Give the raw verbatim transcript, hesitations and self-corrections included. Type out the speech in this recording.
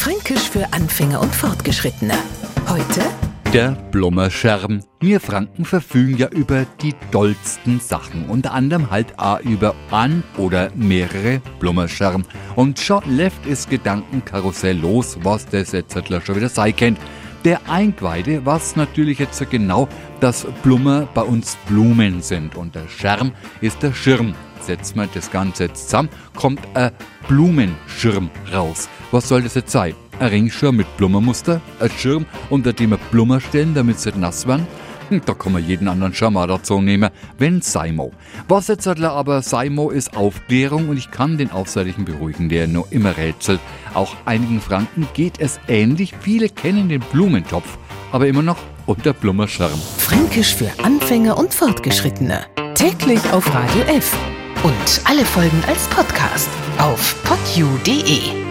Fränkisch für Anfänger und Fortgeschrittene. Heute der Blummerscherm. Wir Franken verfügen ja über die dollsten Sachen. Unter anderem halt auch über ein oder mehrere Blummerscherm. Und schon läuft das Gedankenkarussell los, was das jetzt schon wieder sein kennt. Der Eingeweide weiß natürlich jetzt so genau, dass Blummer bei uns Blumen sind. Und der Scherm ist der Schirm. Setzt man das Ganze jetzt zusammen, kommt ein Blumenschirm raus. Was soll das jetzt sein? Ein Ringschirm mit Blummermuster, ein Schirm, unter dem wir Blummer stellen, damit sie nicht nass werden. Da kann man jeden anderen Schirm auch dazu nehmen, wenn Seimo. Was jetzt aber Seimo ist Aufklärung und ich kann den Aufseitigen beruhigen, der noch immer rätselt. Auch einigen Franken geht es ähnlich. Viele kennen den Blumentopf, aber immer noch unter Blummerschirm. Fränkisch für Anfänger und Fortgeschrittene. Täglich auf Radio F. Und alle Folgen als Podcast auf podu punkt de.